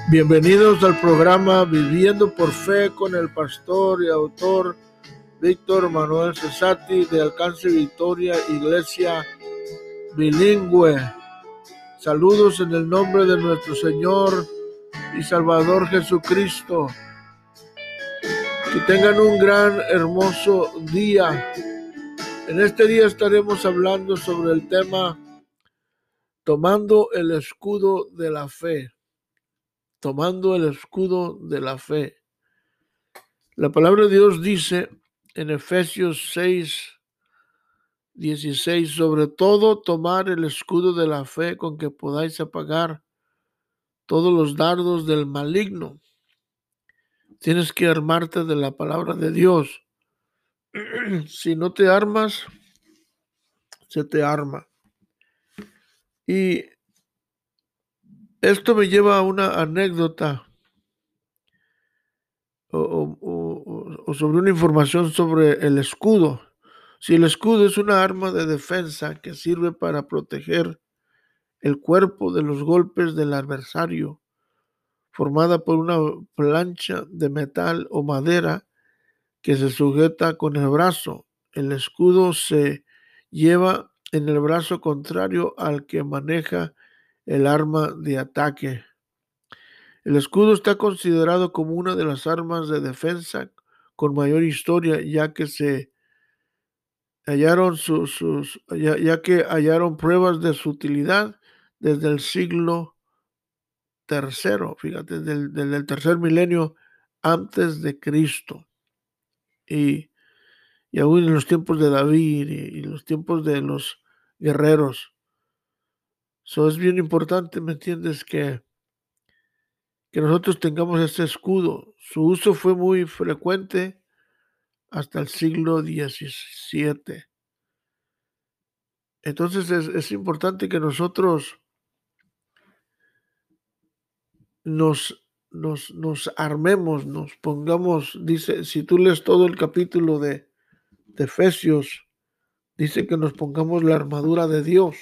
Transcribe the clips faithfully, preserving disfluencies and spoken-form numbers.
Bienvenidos al programa Viviendo por Fe con el pastor y autor Víctor Manuel Cesati de Alcance Victoria, Iglesia Bilingüe. Saludos en el nombre de nuestro Señor y Salvador Jesucristo. Que tengan un gran, hermoso día. En este día estaremos hablando sobre el tema Tomando el escudo de la fe. Tomando el escudo de la fe. La palabra de Dios dice en Efesios seis, dieciséis, sobre todo tomar el escudo de la fe con que podáis apagar todos los dardos del maligno. Tienes que armarte de la palabra de Dios. Si no te armas, se te arma. Y esto me lleva a una anécdota o, o, o, o sobre una información sobre el escudo. Si el escudo es una arma de defensa que sirve para proteger el cuerpo de los golpes del adversario, formada por una plancha de metal o madera que se sujeta con el brazo. El escudo se lleva en el brazo contrario al que maneja el arma de ataque. El escudo está considerado como una de las armas de defensa con mayor historia, ya que se hallaron sus, sus ya, ya que hallaron pruebas de su utilidad desde el siglo tercero, fíjate, del, del, del tercer milenio antes de Cristo. Y, y aún en los tiempos de David y, y los tiempos de los guerreros. Eso es bien importante, ¿me entiendes? Que, que nosotros tengamos ese escudo. Su uso fue muy frecuente hasta el siglo diecisiete. Entonces es, es importante que nosotros nos, nos, nos armemos, nos pongamos, dice, si tú lees todo el capítulo de, de Efesios, dice que nos pongamos la armadura de Dios.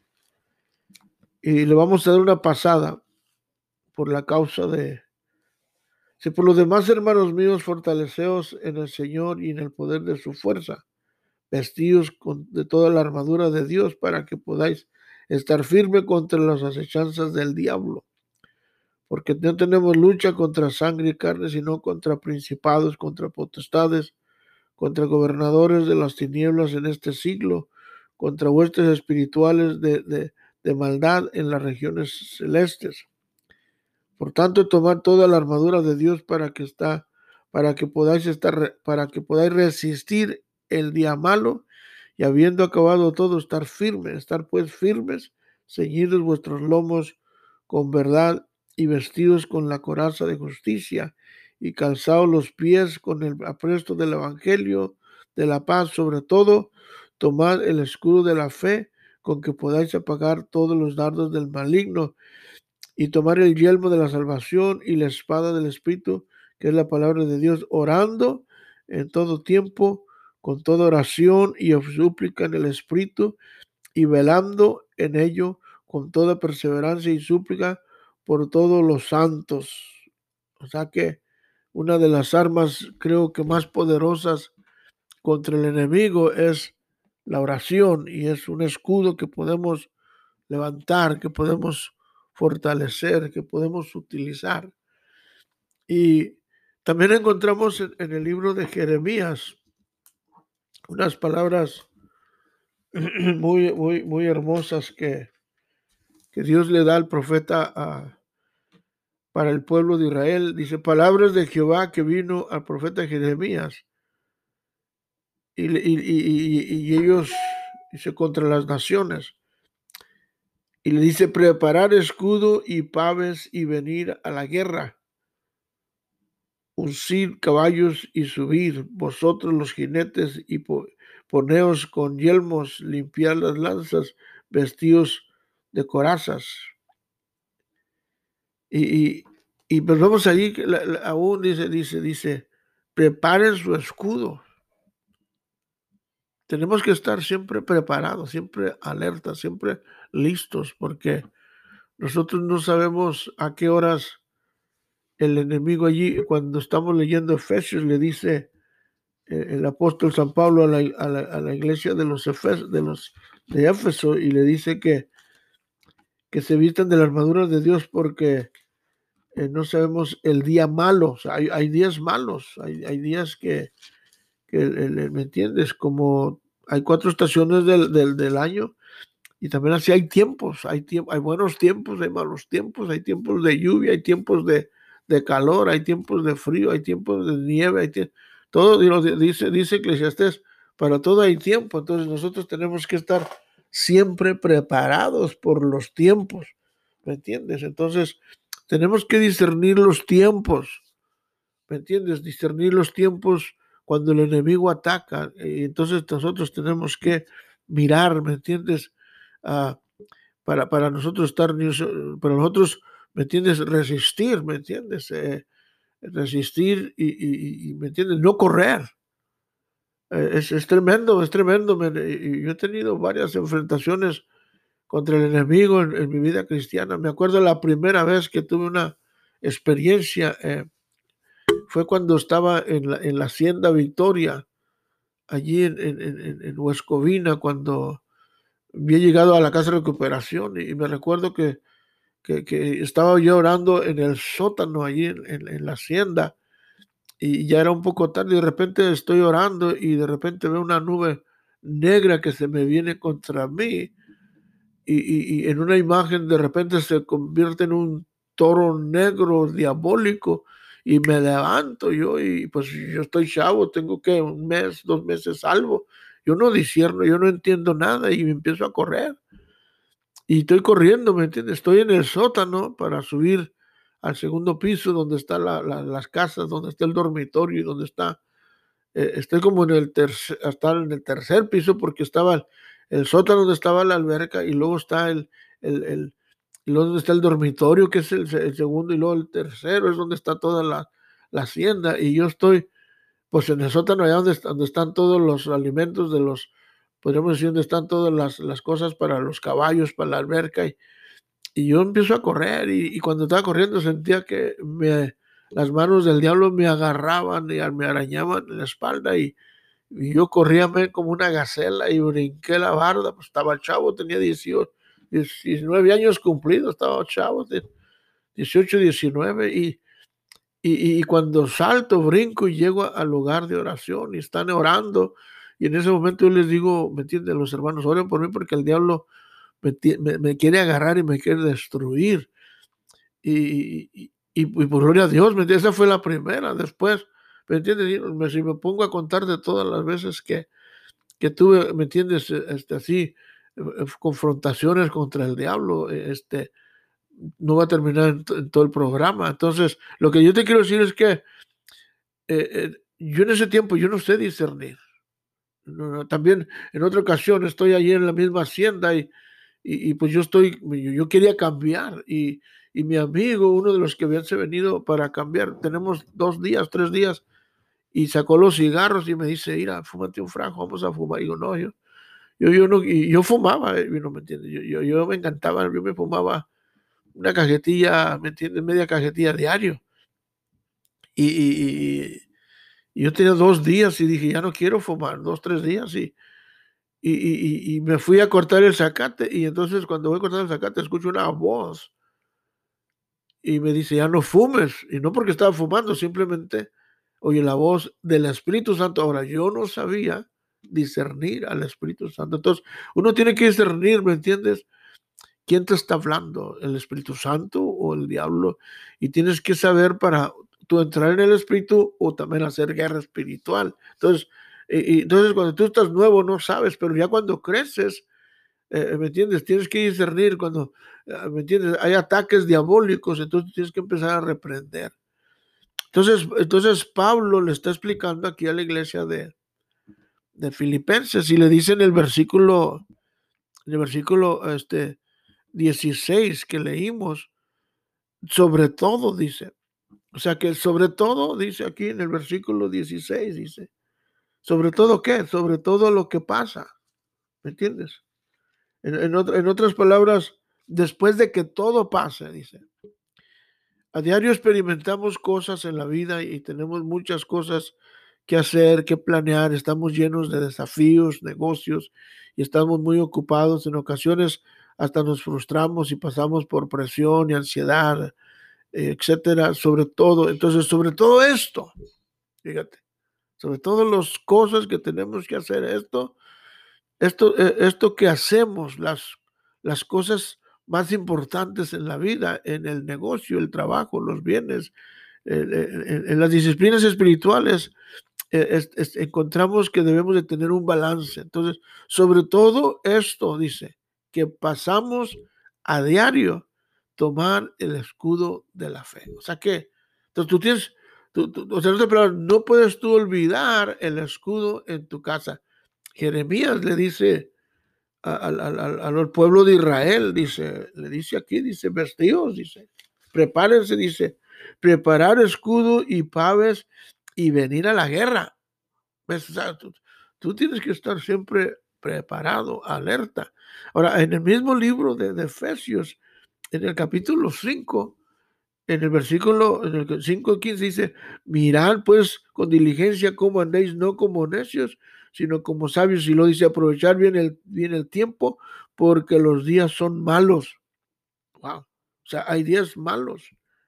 Y le vamos a dar una pasada por la causa de... Si por los demás, hermanos míos, fortaleceos en el Señor y en el poder de su fuerza, vestidos con, de toda la armadura de Dios para que podáis estar firme contra las acechanzas del diablo. Porque no tenemos lucha contra sangre y carne, sino contra principados, contra potestades, contra gobernadores de las tinieblas en este siglo, contra huestes espirituales de, de, de maldad en las regiones celestes. Por tanto, tomad toda la armadura de Dios para que está, para que podáis estar, para que podáis resistir el día malo, y habiendo acabado todo, estar firmes, estar pues firmes, ceñidos vuestros lomos con verdad y vestidos con la coraza de justicia, y calzados los pies con el apresto del evangelio de la paz. Sobre todo, tomad el escudo de la fe, con que podáis apagar todos los dardos del maligno, y tomar el yelmo de la salvación y la espada del Espíritu, que es la palabra de Dios, orando en todo tiempo, con toda oración y súplica en el Espíritu, y velando en ello con toda perseverancia y súplica por todos los santos. O sea que una de las armas, creo que más poderosas contra el enemigo es la oración, y es un escudo que podemos levantar, que podemos fortalecer, que podemos utilizar. Y también encontramos en, en el libro de Jeremías unas palabras muy, muy, muy hermosas que, que Dios le da al profeta a, para el pueblo de Israel. Dice, palabras de Jehová que vino al profeta Jeremías. Y, y, y, y ellos, dice, contra las naciones. Y le dice, preparar escudo y paves y venir a la guerra. Uncid caballos y subid, vosotros los jinetes, y po poneos con yelmos, limpiad las lanzas, vestidos de corazas. Y, y, y pues vamos allí, la, la, aún dice, dice, dice, preparen su escudo. Tenemos que estar siempre preparados, siempre alertas, siempre listos, porque nosotros no sabemos a qué horas el enemigo allí, cuando estamos leyendo Efesios, le dice eh, el apóstol San Pablo a la, a la, a la iglesia de los, Efes, de los de Éfeso, y le dice que, que se vistan de la armadura de Dios porque eh, no sabemos el día malo. O sea, hay, hay días malos, hay, hay días que, que el, el, ¿me entiendes? Como hay cuatro estaciones del, del, del año. Y también así hay tiempos, hay, tiemp hay buenos tiempos, hay malos tiempos, hay tiempos de lluvia, hay tiempos de, de calor, hay tiempos de frío, hay tiempos de nieve, hay tie todo, dice, dice Eclesiastés, para todo hay tiempo. Entonces nosotros tenemos que estar siempre preparados por los tiempos, ¿me entiendes? Entonces tenemos que discernir los tiempos, ¿me entiendes? Discernir los tiempos cuando el enemigo ataca. Y entonces nosotros tenemos que mirar, ¿me entiendes? Uh, para, para nosotros estar, para nosotros, ¿me entiendes? Resistir, ¿me entiendes? Eh, resistir y, y, y, ¿me entiendes? No correr. Eh, es, es tremendo, es tremendo. Me, y yo he tenido varias enfrentaciones contra el enemigo en, en mi vida cristiana. Me acuerdo la primera vez que tuve una experiencia, eh, fue cuando estaba en la, en la Hacienda Victoria, allí en, en, en, en Huescovina, cuando había llegado a la casa de recuperación, y, y me recuerdo que Que, que, estaba yo orando en el sótano allí en, en, en, la hacienda, y ya era un poco tarde, y de repente estoy orando y de repente veo una nube negra que se me viene contra mí, y, y, y en una imagen de repente se convierte en un toro negro diabólico, y me levanto yo, y pues yo estoy chavo, tengo que un mes, dos meses salvo, yo no discierno, yo no entiendo nada, y me empiezo a correr. Y estoy corriendo, ¿me entiendes? Estoy en el sótano para subir al segundo piso donde están la, la, las casas, donde está el dormitorio y donde está, eh, estoy como en el tercer, hasta en el tercer piso porque estaba el, el sótano donde estaba la alberca, y luego está el, el, el y luego donde está el dormitorio, que es el, el segundo, y luego el tercero es donde está toda la, la hacienda, y yo estoy pues en el sótano, allá donde, donde están todos los alimentos de los, podríamos decir, donde están todas las, las cosas para los caballos, para la alberca, y, y yo empiezo a correr, y, y cuando estaba corriendo sentía que me, las manos del diablo me agarraban y me arañaban en la espalda, y, y yo corría como una gacela y brinqué la barda, pues estaba chavo, tenía dieciocho, diecinueve años cumplidos, estaba chavo, dieciocho, diecinueve, y Y, y, cuando salto, brinco y llego al lugar de oración y están orando, y en ese momento yo les digo, ¿me entienden? Los hermanos, oren por mí porque el diablo me, me, me quiere agarrar y me quiere destruir. Y, y, y, y por gloria a Dios, ¿me entiendes? Esa fue la primera. Después, ¿me entiendes? Si me pongo a contar de todas las veces que, que tuve, ¿me entiendes? Este, así, confrontaciones contra el diablo, este, no va a terminar en, en todo el programa. Entonces, lo que yo te quiero decir es que Eh, eh, yo en ese tiempo yo no sé discernir. No, no, también en otra ocasión estoy allí en la misma hacienda, y, y, y pues yo estoy, yo, yo quería cambiar, y, y mi amigo, uno de los que habían venido para cambiar, tenemos dos días, tres días, y sacó los cigarros y me dice, mira, fúmate un franco, vamos a fumar. Y digo, no, yo, yo, yo no, y yo fumaba, eh, no me entiendes, yo, yo, yo me encantaba, yo me fumaba una cajetilla, ¿me entiendes? Media cajetilla diario. Y, y, y Y yo tenía dos días y dije, ya no quiero fumar, dos, tres días, y, y, y, y me fui a cortar el zacate, y entonces cuando voy a cortar el zacate escucho una voz y me dice, ya no fumes, y no porque estaba fumando, simplemente oye la voz del Espíritu Santo. Ahora, yo no sabía discernir al Espíritu Santo, entonces uno tiene que discernir, ¿me entiendes? ¿Quién te está hablando? ¿El Espíritu Santo o el diablo? Y tienes que saber para tú entrar en el Espíritu o también hacer guerra espiritual. Entonces, y, y entonces cuando tú estás nuevo no sabes, pero ya cuando creces, eh, ¿me entiendes? Tienes que discernir cuando, eh, ¿me entiendes? Hay ataques diabólicos, entonces tienes que empezar a reprender. Entonces, entonces Pablo le está explicando aquí a la iglesia de, de Filipenses, y le dice en el versículo, en el versículo este, dieciséis que leímos, sobre todo, dice. O sea que sobre todo, dice aquí en el versículo dieciséis, dice, ¿sobre todo qué? Sobre todo lo que pasa, ¿me entiendes? En, en, otra, en otras palabras, después de que todo pase, dice, A diario experimentamos cosas en la vida y tenemos muchas cosas que hacer, que planear. Estamos llenos de desafíos, negocios y estamos muy ocupados. En ocasiones hasta nos frustramos y pasamos por presión y ansiedad, eh, etcétera, sobre todo. Entonces, sobre todo esto, fíjate, sobre todo las cosas que tenemos que hacer, esto, esto, eh, esto que hacemos, las, las cosas más importantes en la vida, en el negocio, el trabajo, los bienes, en, en- en las disciplinas espirituales, eh, es- es- encontramos que debemos de tener un balance. Entonces, sobre todo esto, dice, que pasamos a diario tomar el escudo de la fe. O sea que, entonces tú tienes, tú- tú- o sea, en otras palabras, no puedes tú olvidar el escudo en tu casa. Jeremías le dice a- al, al- al- al pueblo de Israel, dice, le dice aquí, dice, vestidos, dice, prepárense, dice, preparar escudo y paves y venir a la guerra. ¿Ves? O sea, tú, tú tienes que estar siempre preparado, alerta. Ahora, en el mismo libro de, de Efesios, en el capítulo cinco, en el versículo, en el cinco quince dice, mirad pues con diligencia cómo andéis, no como necios, sino como sabios. Y lo dice, aprovechar bien el, bien el tiempo, porque los días son malos. Wow. O sea, hay días malos.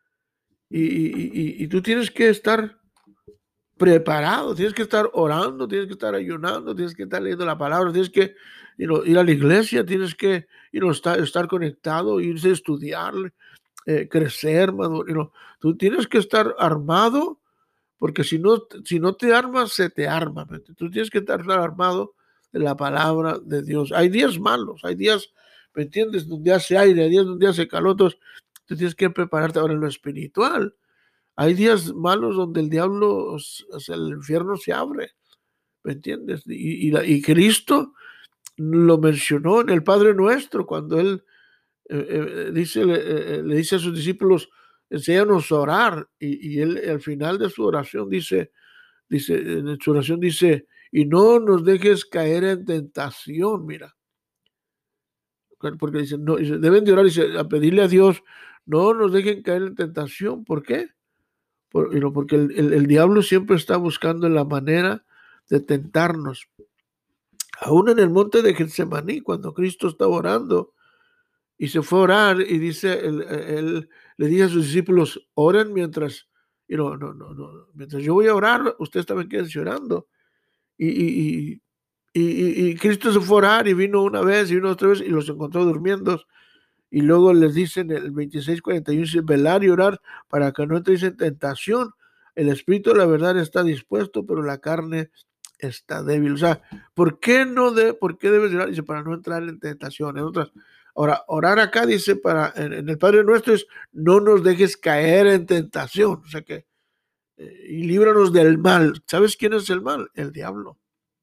Y, y, y, y tú tienes que estar preparado, tienes que estar orando, tienes que estar ayunando, tienes que estar leyendo la palabra, tienes que you know, ir a la iglesia, tienes que you know, estar, estar conectado, irse a estudiar, eh, crecer, madurar. You know, tú tienes que estar armado, porque si no, si no te armas, se te arma. Tú tienes que estar armado de la palabra de Dios. Hay días malos, hay días, ¿me entiendes? Donde hace aire, hay días donde hace calor, entonces tú tienes que prepararte ahora en lo espiritual. Hay días malos donde el diablo, o sea, el infierno se abre, ¿me entiendes? Y, y, la, y Cristo lo mencionó en el Padre Nuestro, cuando Él eh, eh, dice, le, eh, le dice a sus discípulos, enséñanos a orar, y, y Él al final de su oración dice, dice, en su oración dice, y no nos dejes caer en tentación, mira, porque dice, no, dice, deben de orar, dice, a pedirle a Dios, no nos dejen caer en tentación, ¿por qué? Por, you know, porque el, el, el, diablo siempre está buscando la manera de tentarnos. Aún en el monte de Getsemaní, cuando Cristo estaba orando y se fue a orar y dice, él, él le dice a sus discípulos, oren mientras, you know, no, no, no, mientras yo voy a orar, ustedes también quédense orando. Y, y, y, y, y Cristo se fue a orar y vino una vez y vino otra vez y los encontró durmiendo. Y luego les dicen el veintiséis cuarenta y uno, dice, velar y orar para que no entréis en tentación. El espíritu de la verdad está dispuesto, pero la carne está débil. O sea, ¿por qué no de, por qué debes orar? Dice, para no entrar en tentación. En otras, ahora, orar acá dice, para, en, en el Padre Nuestro es, no nos dejes caer en tentación. O sea que, eh, y líbranos del mal. ¿Sabes quién es el mal? El diablo.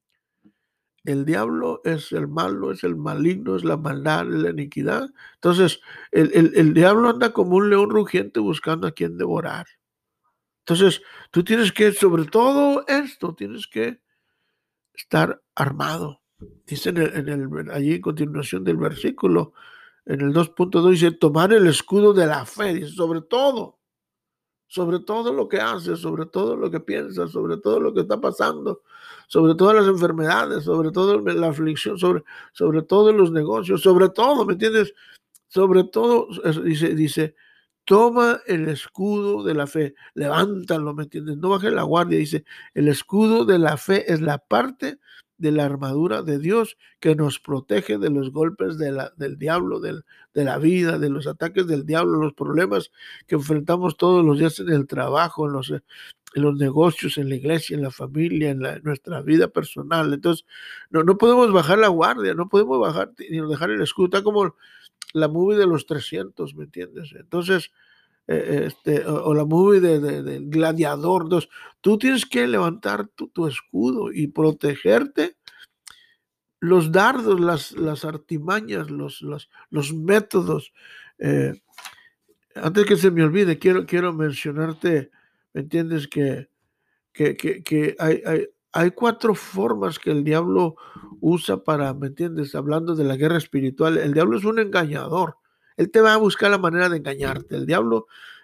El diablo es el malo, es el maligno, es la maldad, es la iniquidad. Entonces, el, el, el diablo anda como un león rugiente buscando a quien devorar. Entonces, tú tienes que, sobre todo esto, tienes que estar armado. Dice en el, en el, allí en continuación del versículo, en el dos punto dos, dice, tomar el escudo de la fe, dice, sobre todo, sobre todo lo que haces, sobre todo lo que piensas, sobre todo lo que está pasando, sobre todas las enfermedades, sobre todo la aflicción, sobre, sobre todos los negocios, sobre todo, ¿me entiendes? Sobre todo, dice, dice, toma el escudo de la fe, levántalo, ¿me entiendes? No bajes la guardia, dice, el escudo de la fe es la parte de la armadura de Dios que nos protege de los golpes de la, del diablo, del, de la vida, de los ataques del diablo, los problemas que enfrentamos todos los días en el trabajo, en los, en los negocios, en la iglesia, en la familia, en, la, en nuestra vida personal. Entonces, no, no podemos bajar la guardia, no podemos bajar ni dejar el escudo, está como la movie de los trescientos, ¿me entiendes? Entonces, eh, este, o, o, la movie de, de, de Gladiador. Entonces, tú tienes que levantar tu, tu escudo y protegerte los dardos, las, las artimañas, los, los, los métodos. Eh, antes que se me olvide, quiero, quiero mencionarte, ¿me entiendes? Que, que, que, que hay, hay, hay cuatro formas que el diablo usa para, ¿me entiendes? Hablando de la guerra espiritual, el diablo es un engañador. Él te va a buscar la manera de engañarte. El diablo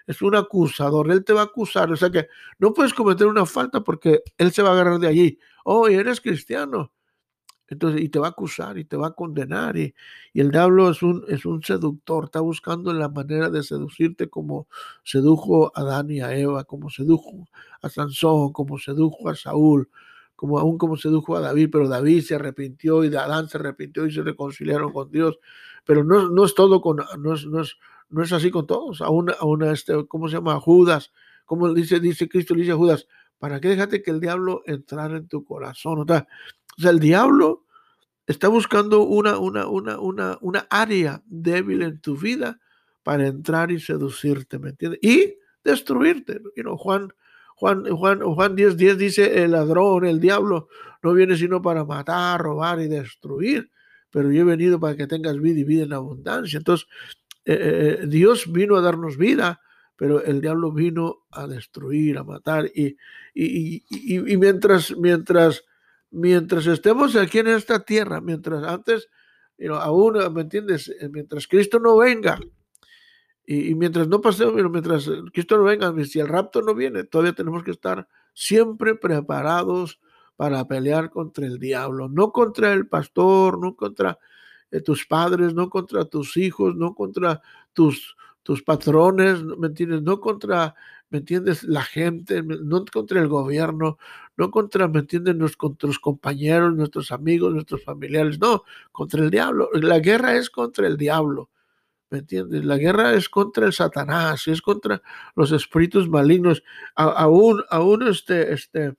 es un acusador, él te va a acusar, o sea que no puedes cometer una falta porque él se va a agarrar de allí. Oh, eres cristiano. Entonces, y te va a acusar y te va a condenar. Y, y el diablo es un, es un seductor, está buscando la manera de seducirte como sedujo a Adán y a Eva, como sedujo a Sansón, como sedujo a Saúl, como aún como sedujo a David, pero David se arrepintió y Adán se arrepintió y se reconciliaron con Dios. Pero no, no es todo con, no es, no es, no es así con todos. Aún, aún este, ¿cómo se llama? Judas, como dice, dice Cristo, le dice a Judas, ¿para qué dejaste que el diablo entrara en tu corazón? O sea, o sea, el diablo está buscando una, una, una, una, una área débil en tu vida para entrar y seducirte, ¿me entiendes? Y destruirte. You know, Juan, Juan, Juan, Juan diez, diez dice, el ladrón, el diablo, no viene sino para matar, robar y destruir, pero yo he venido para que tengas vida y vida en abundancia. Entonces, eh, eh, Dios vino a darnos vida, pero el diablo vino a destruir, a matar. Y, y, y, y, y mientras, mientras, mientras estemos aquí en esta tierra, mientras antes, you know, aún, ¿me entiendes? Mientras Cristo no venga, y, y mientras no pase, mientras Cristo no venga, si el rapto no viene, todavía tenemos que estar siempre preparados para pelear contra el diablo, no contra el pastor, no contra eh, tus padres, no contra tus hijos, no contra tus, tus patrones, ¿me entiendes? No contra, ¿me entiendes? La gente, no contra el gobierno, no contra, ¿me entiendes? Nuestros compañeros, nuestros amigos, nuestros familiares, no, contra el diablo. La guerra es contra el diablo. ¿Me entiendes? La guerra es contra el Satanás, es contra los espíritus malignos. A, aún, aún este, este,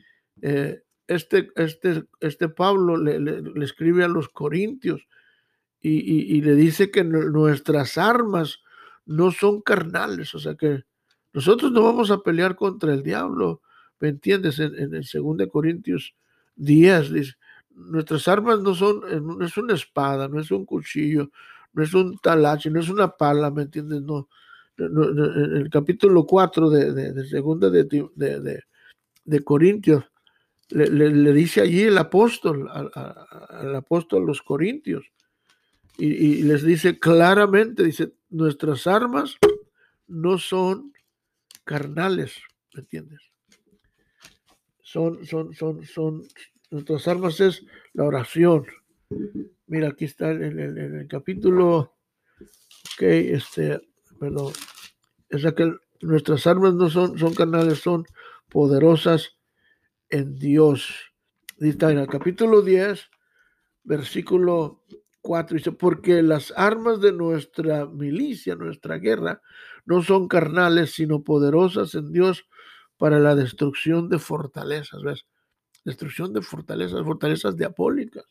eh, este, este, este Pablo le, le, le escribe a los corintios y, y, y le dice que nuestras armas no son carnales, o sea que nosotros no vamos a pelear contra el diablo, ¿me entiendes? En, en el segundo de Corintios diez dice, nuestras armas no son, no es una espada, no es un cuchillo, no es un talache, no es una pala, ¿me entiendes? No, no, no, en el capítulo cuatro de, de, de segunda de, de, de, de Corintios, le, le, le, dice allí el apóstol, al, al apóstol a los corintios, y, y les dice claramente, dice, nuestras armas no son carnales, ¿me entiendes? Son, son, son, son, nuestras armas es la oración. Mira, aquí está en el, en el capítulo, ok, este, perdón, es aquel, nuestras armas no son, son carnales, son poderosas en Dios. Dice en el capítulo diez, versículo cuatro, dice, porque las armas de nuestra milicia, nuestra guerra, no son carnales, sino poderosas en Dios para la destrucción de fortalezas, ¿ves? Destrucción de fortalezas, fortalezas diabólicas.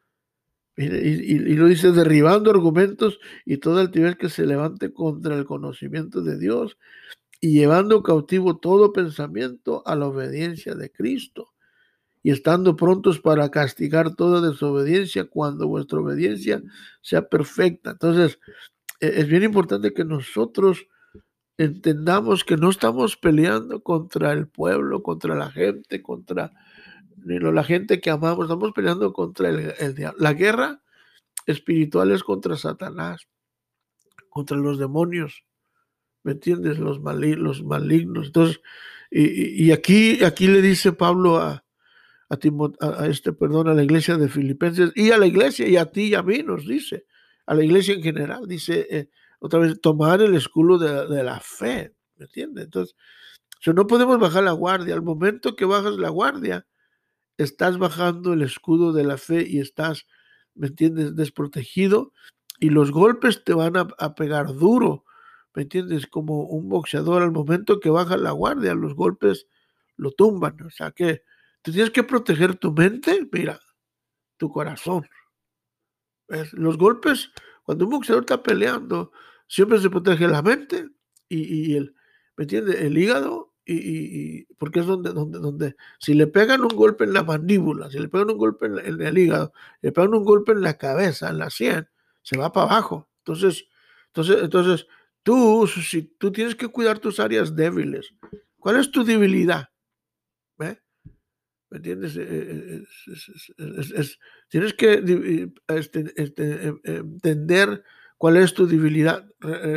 Y, y, y lo dice, derribando argumentos y toda altivez que se levante contra el conocimiento de Dios y llevando cautivo todo pensamiento a la obediencia de Cristo y estando prontos para castigar toda desobediencia cuando vuestra obediencia sea perfecta. Entonces, es bien importante que nosotros entendamos que no estamos peleando contra el pueblo, contra la gente, contra la gente que amamos, estamos peleando contra el, el diablo. La guerra espiritual es contra Satanás, contra los demonios, ¿me entiendes? Los, malig los malignos. Entonces, y, y aquí, aquí le dice Pablo a, A, Timot a, a este, perdón, a la iglesia de Filipenses y a la iglesia y a ti y a mí nos dice, a la iglesia en general, dice eh, otra vez, tomar el escudo de, de la fe, ¿me entiendes? Entonces, so no podemos bajar la guardia. Al momento que bajas la guardia, estás bajando el escudo de la fe y estás, ¿me entiendes?, desprotegido y los golpes te van a, a pegar duro, ¿me entiendes? Como un boxeador, al momento que baja la guardia, los golpes lo tumban, o sea que tú tienes que proteger tu mente, mira, tu corazón. ¿Ves? Los golpes, cuando un boxeador está peleando, siempre se protege la mente y, y el, ¿me entiendes? El hígado, y, y, y, porque es donde, donde, donde, si le pegan un golpe en la mandíbula, si le pegan un golpe en, en el hígado, le pegan un golpe en la cabeza, en la sien, se va para abajo. Entonces, entonces, entonces, tú, si tú tienes que cuidar tus áreas débiles. ¿Cuál es tu debilidad? ¿Eh? ¿Me entiendes? Es, es, es, es, tienes que este, este, entender cuál es tu debilidad.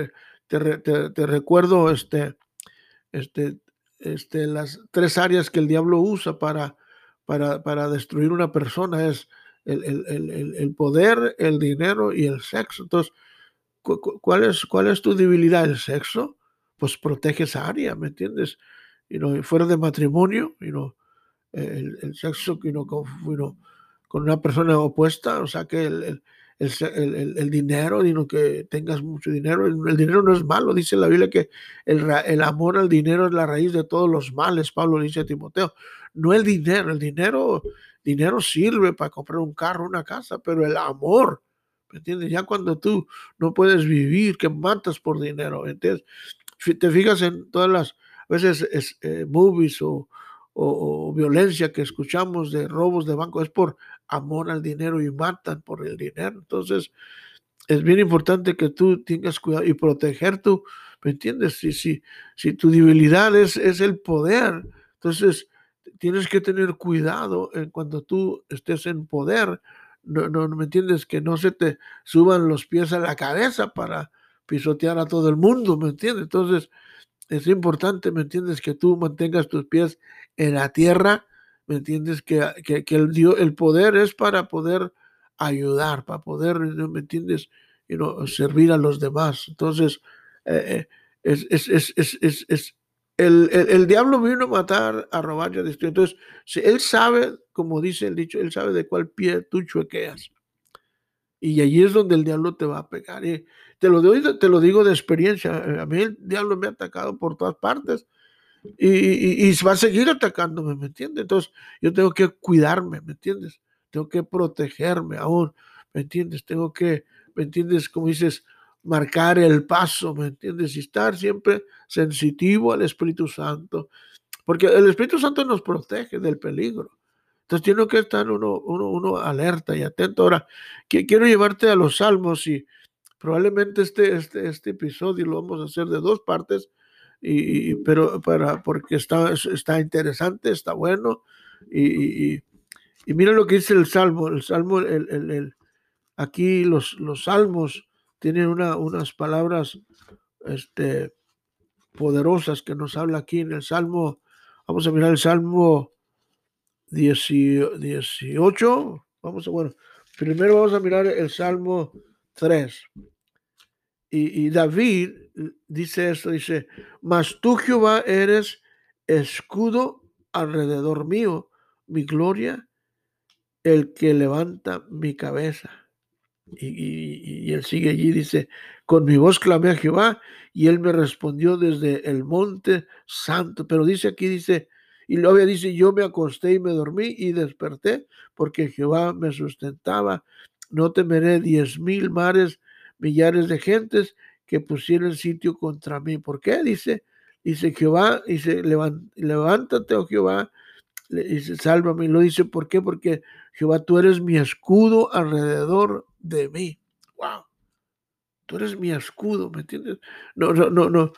te, re, te, te recuerdo este, este, este, las tres áreas que el diablo usa para, para, para destruir una persona es el, el, el, el poder, el dinero y el sexo. Entonces, ¿cu, cu, ¿cuál, es, ¿cuál es tu debilidad? ¿El sexo? Pues protege esa área, ¿me entiendes? Y you know, fuera de matrimonio, you know, el, el sexo you know, con, you know, con una persona opuesta, o sea que el, el, el, el, el dinero, you know, que tengas mucho dinero, el, el, dinero no es malo, dice la Biblia que el, el amor al dinero es la raíz de todos los males, Pablo dice a Timoteo, no el dinero, el dinero, dinero sirve para comprar un carro, una casa, pero el amor, ¿me entiendes? Ya cuando tú no puedes vivir, que matas por dinero, ¿entiendes? Te fijas en todas las a veces es, eh, movies o, o, o violencia que escuchamos de robos de banco, es por amor al dinero y matan por el dinero. Entonces, es bien importante que tú tengas cuidado y proteger tu, ¿me entiendes? Si, si, si tu debilidad es, es el poder, entonces tienes que tener cuidado en cuando tú estés en poder. No, no, ¿me entiendes? Que no se te suban los pies a la cabeza para pisotear a todo el mundo, ¿me entiendes? Entonces, es importante, ¿me entiendes? Que tú mantengas tus pies en la tierra, ¿me entiendes? Que, que, que el, Dios, el poder es para poder ayudar, para poder, ¿me entiendes? You know, servir a los demás. Entonces, eh, es, es, es, es, es, es el, el, el, diablo vino a matar, a robar y a destruir. Entonces, si él sabe, como dice el dicho, él sabe de cuál pie tú chuequeas. Y allí es donde el diablo te va a pegar. Y te lo, digo, te lo digo de experiencia. A mí el diablo me ha atacado por todas partes. Y, y, y va a seguir atacándome, ¿me entiendes? Entonces yo tengo que cuidarme, ¿me entiendes? Tengo que protegerme aún, ¿me entiendes? Tengo que, ¿me entiendes? Como dices, marcar el paso, ¿me entiendes? Y estar siempre sensitivo al Espíritu Santo, porque el Espíritu Santo nos protege del peligro. Entonces tiene que estar uno, uno, uno alerta y atento. Ahora, que, quiero llevarte a los salmos y probablemente este, este, este episodio lo vamos a hacer de dos partes, y, y pero para, porque está, está interesante, está bueno. Y, y, y mira lo que dice el salmo. El salmo, el, el, el, aquí los, los salmos tienen una, unas palabras este, poderosas que nos habla aquí en el salmo. Vamos a mirar el salmo dieciocho. Vamos a, bueno, primero vamos a mirar el salmo tres. Y, y David dice esto, dice, mas tú Jehová eres escudo alrededor mío, mi gloria, el que levanta mi cabeza. Y, y, y él sigue allí, dice, con mi voz clamé a Jehová y él me respondió desde el monte santo. Pero dice aquí, dice, y luego dice, yo me acosté y me dormí y desperté porque Jehová me sustentaba. No temeré diez mil mares, millares de gentes que pusieran sitio contra mí. ¿Por qué? Dice, dice Jehová, dice, levántate, oh Jehová, le dice, sálvame. Y lo dice, ¿por qué? Porque Jehová, tú eres mi escudo alrededor de mí. Wow. Tú eres mi escudo, ¿me entiendes? No, no, no, no.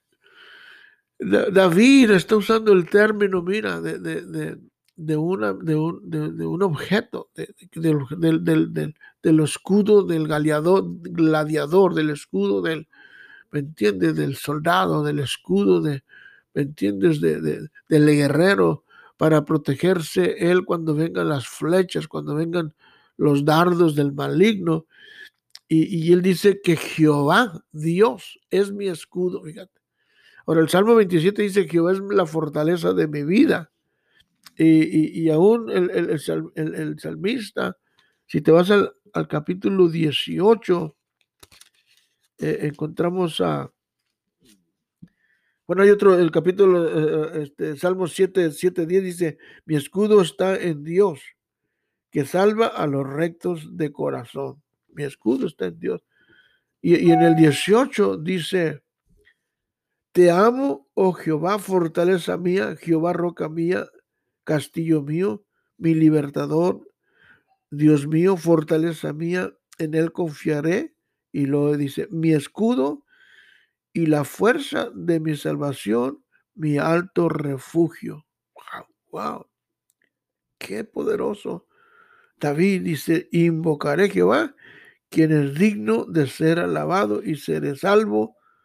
David está usando el término, mira, de, de, de, de, una, de, un, de, de un objeto, de, de, del, del, del, del escudo del gladiador, gladiador, del escudo del, ¿me entiendes? Del soldado, del escudo, de, ¿me entiendes? De, de, del guerrero, para protegerse él cuando vengan las flechas, cuando vengan los dardos del maligno. Y, y él dice que Jehová, Dios, es mi escudo, fíjate. Ahora, el Salmo veintisiete dice, Jehová es la fortaleza de mi vida. Y, y, y aún el, el, el, el, salmista, si te vas al, al capítulo dieciocho, eh, encontramos a, bueno, hay otro, el capítulo, eh, este, Salmo siete, siete, diez dice, mi escudo está en Dios, que salva a los rectos de corazón. Mi escudo está en Dios. Y, y en el dieciocho dice, te amo, oh Jehová, fortaleza mía, Jehová, roca mía, castillo mío, mi libertador, Dios mío, fortaleza mía, en él confiaré. Y luego dice, mi escudo y la fuerza de mi salvación, mi alto refugio. Wow, wow, qué poderoso. David dice, invocaré a Jehová, quien es digno de ser alabado y seré salvo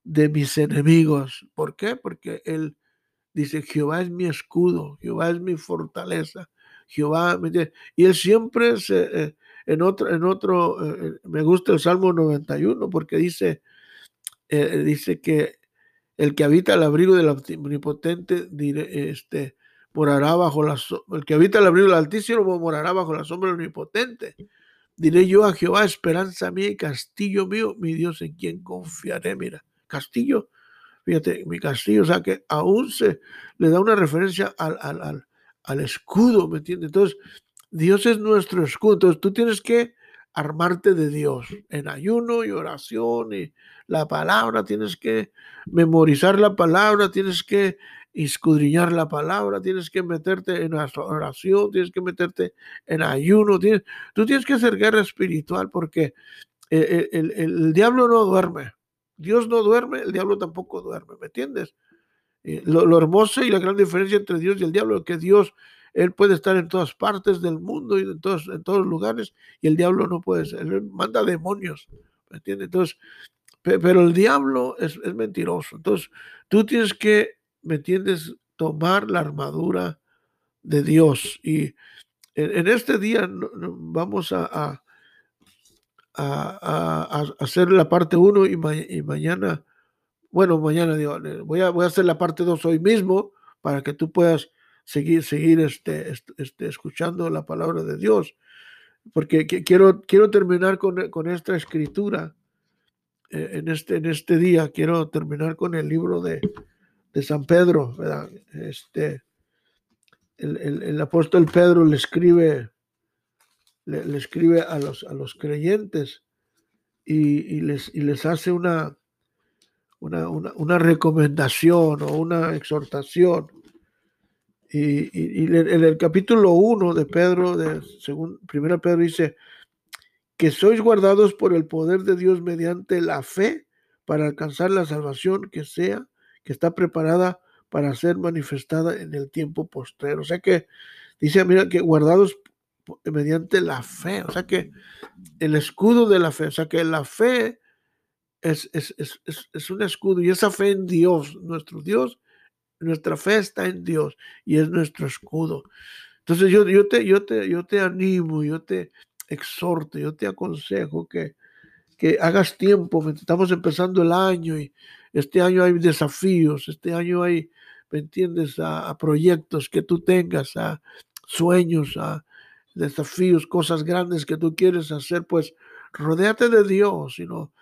de mis enemigos. ¿Por qué? Porque él dice, Jehová es mi escudo, Jehová es mi fortaleza, Jehová, ¿me entiendes? Y él siempre se, eh, en otro, en otro eh, me gusta el Salmo noventa y uno porque dice, eh, dice que el que habita el abrigo del omnipotente, diré, este, morará bajo la sombra, el que habita el abrigo del Altísimo morará bajo la sombra del omnipotente. Diré yo a Jehová, esperanza mía y castillo mío, mi Dios en quien confiaré. Mira, castillo, fíjate, mi castillo, o sea que aún se le da una referencia al, al, al, al escudo, ¿me entiendes? Entonces, Dios es nuestro escudo. Entonces, tú tienes que armarte de Dios en ayuno y oración y la palabra, tienes que memorizar la palabra, tienes que escudriñar la palabra, tienes que meterte en oración, tienes que meterte en ayuno, tienes, tú tienes que hacer guerra espiritual porque el, el, el, el diablo no duerme. Dios no duerme, el diablo tampoco duerme, ¿me entiendes? Eh, lo, lo hermoso y la gran diferencia entre Dios y el diablo es que Dios, él puede estar en todas partes del mundo y en todos, en todos lugares, y el diablo no puede ser, él manda demonios, ¿me entiendes? Entonces, pe, pero el diablo es, es mentiroso. Entonces, tú tienes que, ¿me entiendes?, tomar la armadura de Dios. Y en, en este día no, no, vamos a, a, a, a hacer la parte uno y, ma, y mañana. Bueno, mañana digo, voy a, voy a hacer la parte dos hoy mismo para que tú puedas seguir, seguir este, este, escuchando la palabra de Dios. Porque quiero, quiero terminar con, con esta escritura eh, en, este, en este día. Quiero terminar con el libro de, de San Pedro, ¿verdad? Este, el, el, el apóstol Pedro le escribe, le, le escribe a los, a los creyentes y, y, les, y les hace una, Una, una, una, recomendación o una exhortación. Y, y, y en el capítulo uno de Pedro, de según primera Pedro dice, que sois guardados por el poder de Dios mediante la fe para alcanzar la salvación que sea, que está preparada para ser manifestada en el tiempo postrero. O sea que dice, mira, que guardados mediante la fe, o sea que el escudo de la fe, o sea que la fe Es, es, es, es, un escudo y esa fe en Dios, nuestro Dios, nuestra fe está en Dios y es nuestro escudo. Entonces yo, yo, te, yo, te, yo te animo, yo te exhorto, yo te aconsejo que, que hagas tiempo. Estamos empezando el año y este año hay desafíos, este año hay, ¿me entiendes?, a, a proyectos que tú tengas, a sueños, a desafíos, cosas grandes que tú quieres hacer, pues rodéate de Dios, sino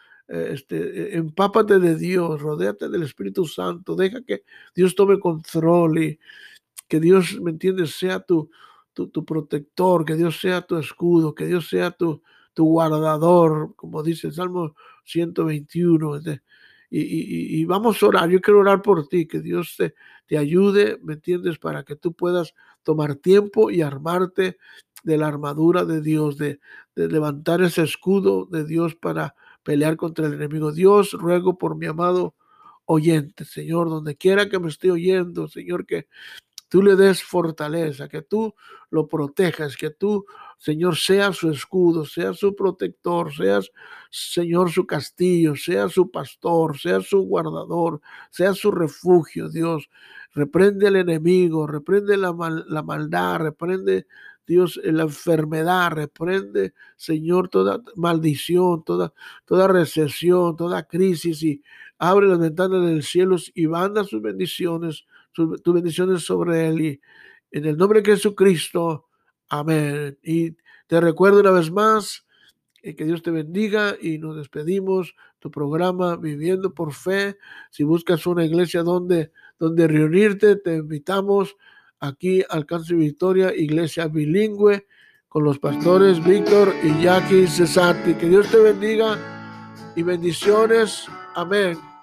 este, empápate de Dios, rodéate del Espíritu Santo, deja que Dios tome control y que Dios, ¿me entiendes?, sea tu, tu, tu protector, que Dios sea tu escudo, que Dios sea tu, tu guardador, como dice el Salmo ciento veintiuno. Este, y, y, y vamos a orar, yo quiero orar por ti, que Dios te, te ayude, ¿me entiendes?, para que tú puedas tomar tiempo y armarte de la armadura de Dios, de, de levantar ese escudo de Dios para pelear contra el enemigo. Dios, ruego por mi amado oyente, Señor, donde quiera que me esté oyendo, Señor, que tú le des fortaleza, que tú lo protejas, que tú, Señor, seas su escudo, seas su protector, seas, Señor, su castillo, seas su pastor, seas su guardador, seas su refugio, Dios. Reprende al enemigo, reprende la, mal, la maldad, reprende, Dios, la enfermedad, reprende, Señor, toda maldición, toda, toda recesión, toda crisis, y abre las ventanas del cielo y manda sus bendiciones, tus tu bendiciones sobre él, y en el nombre de Jesucristo, amén. Y te recuerdo una vez más, eh, que Dios te bendiga y nos despedimos, tu programa Viviendo por Fe. Si buscas una iglesia donde, donde reunirte, te invitamos aquí al Alcance Victoria, iglesia bilingüe, con los pastores Víctor y Jackie Cesati. Que Dios te bendiga y bendiciones. Amén.